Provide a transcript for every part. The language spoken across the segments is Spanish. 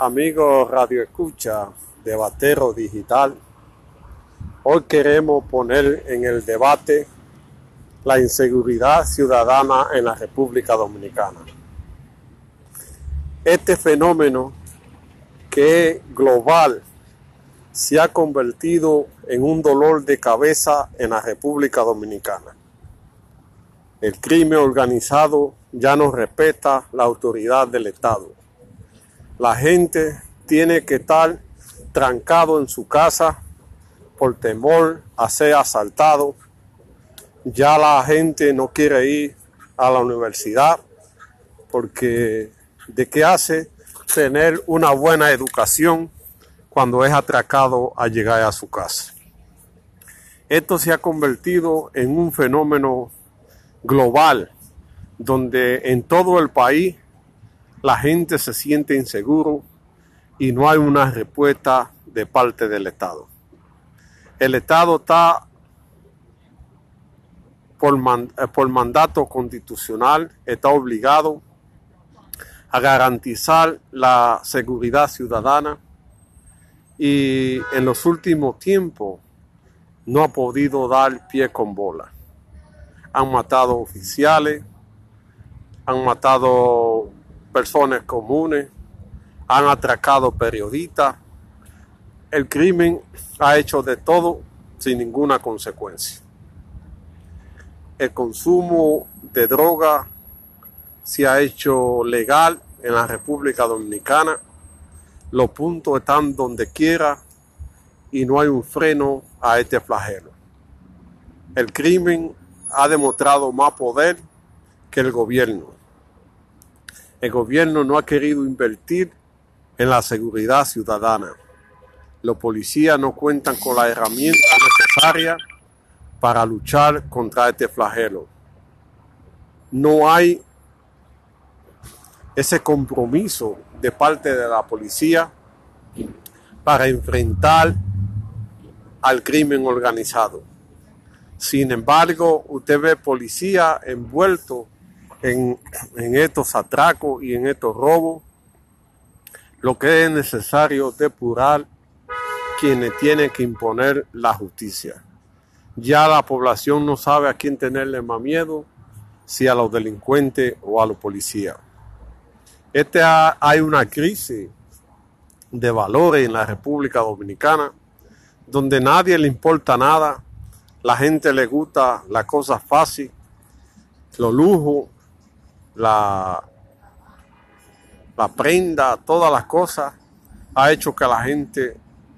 Amigos Radio Escucha, Debatero Digital, hoy queremos poner en el debate la inseguridad ciudadana en la República Dominicana. Este fenómeno, que es global, se ha convertido en un dolor de cabeza en la República Dominicana. El crimen organizado ya no respeta la autoridad del Estado. La gente tiene que estar trancado en su casa por temor a ser asaltado. Ya la gente no quiere ir a la universidad porque ¿de qué hace tener una buena educación cuando es atracado al llegar a su casa? Esto se ha convertido en un fenómeno global donde en todo el país la gente se siente inseguro y no hay una respuesta de parte del Estado. El Estado está por mandato constitucional, está obligado a garantizar la seguridad ciudadana y en los últimos tiempos no ha podido dar pie con bola. Han matado oficiales, han matado personas comunes, han atracado periodistas. El crimen ha hecho de todo sin ninguna consecuencia. El consumo de droga se ha hecho legal en la República Dominicana. Los puntos están donde quiera y no hay un freno a este flagelo. El crimen ha demostrado más poder que el gobierno. El gobierno no ha querido invertir en la seguridad ciudadana. Los policías no cuentan con las herramientas necesarias para luchar contra este flagelo. No hay ese compromiso de parte de la policía para enfrentar al crimen organizado. Sin embargo, usted ve policías envueltos en estos atracos y en estos robos. Lo que es necesario depurar quienes tienen que imponer la justicia. Ya la población no sabe a quién tenerle más miedo, si a los delincuentes o a los policías. Hay una crisis de valores en la República Dominicana, donde nadie le importa nada. La gente le gusta la cosa fácil, los lujos, la prenda, todas las cosas. Ha hecho que la gente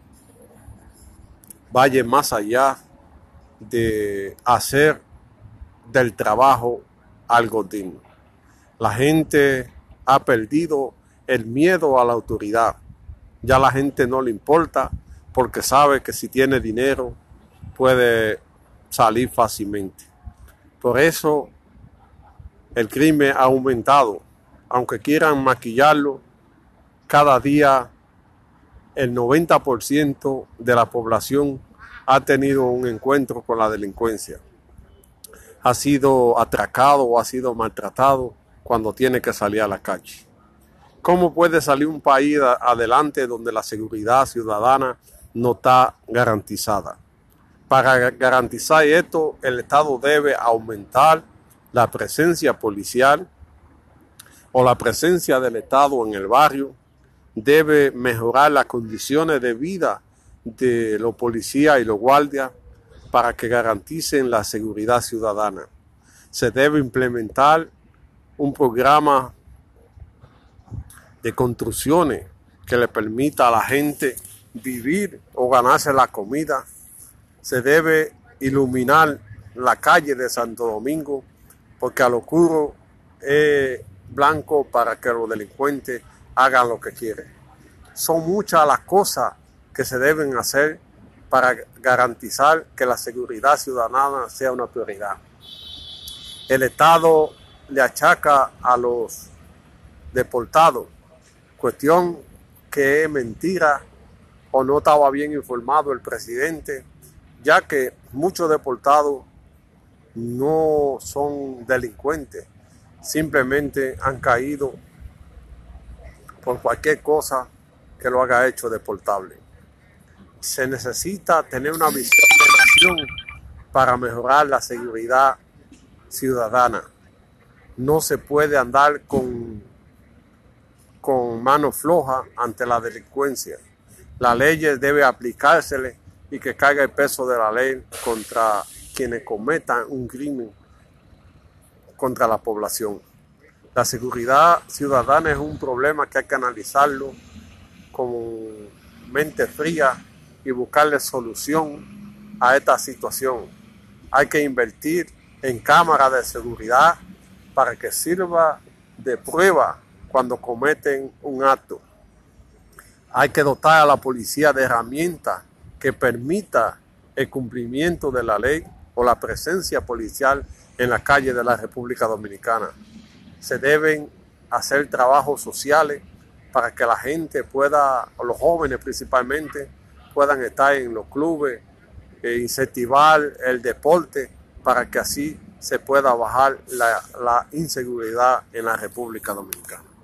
vaya más allá de hacer del trabajo algo digno. La gente ha perdido el miedo a la autoridad. Ya la gente no le importa porque sabe que si tiene dinero puede salir fácilmente. Por eso el crimen ha aumentado. Aunque quieran maquillarlo, cada día el 90% de la población ha tenido un encuentro con la delincuencia. Ha sido atracado o ha sido maltratado cuando tiene que salir a la calle. ¿Cómo puede salir un país adelante donde la seguridad ciudadana no está garantizada? Para garantizar esto, el Estado debe aumentar la presencia policial o la presencia del Estado en el barrio. Debe mejorar las condiciones de vida de los policías y los guardias para que garanticen la seguridad ciudadana. Se debe implementar un programa de construcciones que le permita a la gente vivir o ganarse la comida. Se debe iluminar la calle de Santo Domingo porque al oscuro es blanco para que los delincuentes hagan lo que quieren. Son muchas las cosas que se deben hacer para garantizar que la seguridad ciudadana sea una prioridad. El Estado le achaca a los deportados, cuestión que es mentira o no estaba bien informado el presidente, ya que muchos deportados no son delincuentes, simplemente han caído por cualquier cosa que lo haga hecho deportable. Se necesita tener una visión de nación para mejorar la seguridad ciudadana. No se puede andar con mano floja ante la delincuencia. Las leyes deben aplicársele y que caiga el peso de la ley contra quienes cometan un crimen contra la población. La seguridad ciudadana es un problema que hay que analizarlo con mente fría y buscarle solución a esta situación. Hay que invertir en cámaras de seguridad para que sirva de prueba cuando cometen un acto. Hay que dotar a la policía de herramientas que permita el cumplimiento de la ley o la presencia policial en la calle de la República Dominicana. Se deben hacer trabajos sociales para que la gente pueda, o los jóvenes principalmente, puedan estar en los clubes, incentivar el deporte para que así se pueda bajar la inseguridad en la República Dominicana.